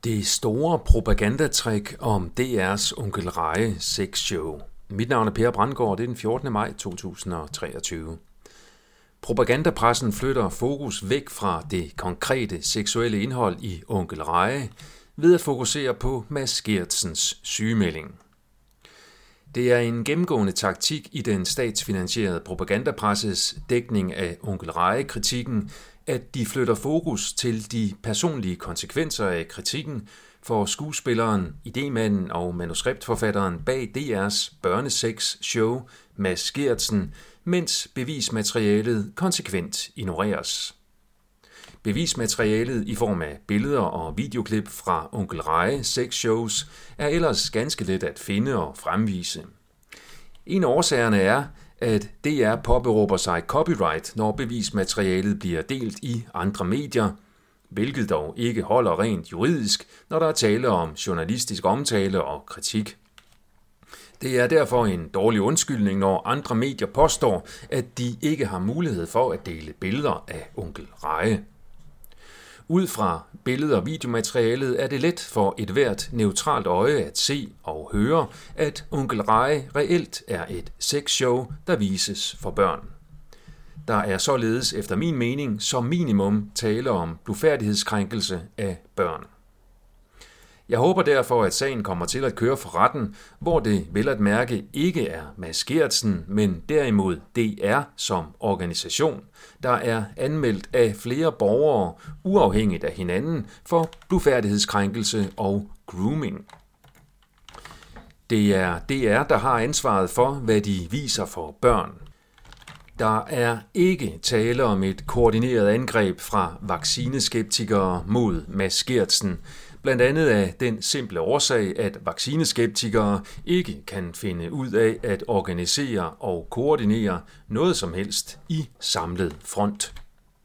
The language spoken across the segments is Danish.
Det store propagandatrick om DR's Onkel Reje sexshow. Mit navn er Per Brandgaard, det er den 14. maj 2023. Propagandapressen flytter fokus væk fra det konkrete seksuelle indhold i Onkel Reje ved at fokusere på Mads Geertsens sygemelding. Det er en gennemgående taktik i den statsfinansierede propagandapresses dækning af Onkel Reje-kritikken, at de flytter fokus til de personlige konsekvenser af kritikken for skuespilleren, idémanden og manuskriptforfatteren bag DR's børnesex-show Mads Geertsen, mens bevismaterialet konsekvent ignoreres. Bevismaterialet i form af billeder og videoklip fra Onkel Reje sexshows er ellers ganske let at finde og fremvise. En af årsagerne er, at DR påberåber sig copyright, når bevismaterialet bliver delt i andre medier, hvilket dog ikke holder rent juridisk, når der er tale om journalistisk omtale og kritik. Det er derfor en dårlig undskyldning, når andre medier påstår, at de ikke har mulighed for at dele billeder af Onkel Reje. Ud fra billeder og videomaterialet er det let for et hvert neutralt øje at se og høre, at Onkel Reje reelt er et sexshow, der vises for børn. Der er således efter min mening som minimum tale om blufærdighedskrænkelse af børn. Jeg håber derfor, at sagen kommer til at køre for retten, hvor det vel at mærke ikke er Mads Geertsen, men derimod DR som organisation, der er anmeldt af flere borgere uafhængigt af hinanden for blufærdighedskrænkelse og grooming. Det er DR, der har ansvaret for, hvad de viser for børn. Der er ikke tale om et koordineret angreb fra vaccineskeptikere mod Mads Geertsen, blandt andet af den simple årsag, at vaccineskeptikere ikke kan finde ud af at organisere og koordinere noget som helst i samlet front.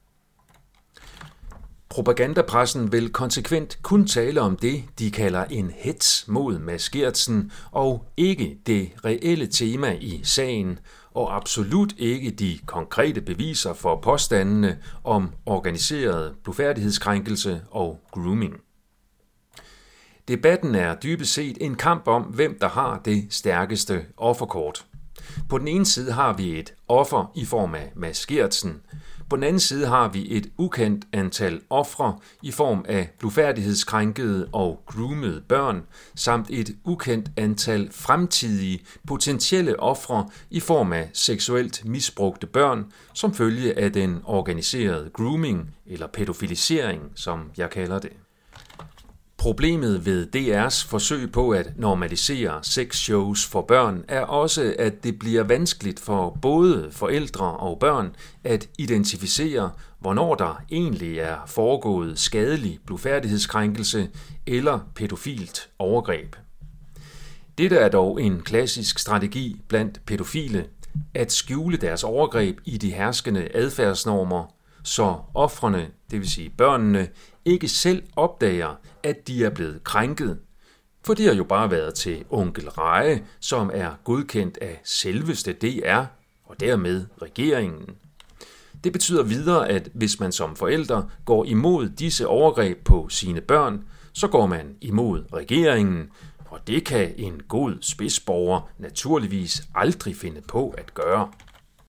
Propagandapressen vil konsekvent kun tale om det, de kalder en hetz mod Mads Geertsen, og ikke det reelle tema i sagen, og absolut ikke de konkrete beviser for påstandene om organiseret blufærdighedskrænkelse og grooming. Debatten er dybest set en kamp om, hvem der har det stærkeste offerkort. På den ene side har vi et offer i form af Mads Geertsen. På den anden side har vi et ukendt antal ofre i form af blufærdighedskrænkede og groomede børn, samt et ukendt antal fremtidige potentielle ofre i form af seksuelt misbrugte børn, som følge af den organiserede grooming eller pædofilisering, som jeg kalder det. Problemet ved DR's forsøg på at normalisere sexshows for børn er også, at det bliver vanskeligt for både forældre og børn at identificere, hvornår der egentlig er foregået skadelig blufærdighedskrænkelse eller pædofilt overgreb. Dette er dog en klassisk strategi blandt pædofile, at skjule deres overgreb i de herskende adfærdsnormer, så ofrene, det vil sige børnene, ikke selv opdager, at de er blevet krænket, for det har jo bare været til Onkel Reje, som er godkendt af selveste DR og dermed regeringen. Det betyder videre, at hvis man som forælder går imod disse overgreb på sine børn, så går man imod regeringen, og det kan en god spidsborger naturligvis aldrig finde på at gøre.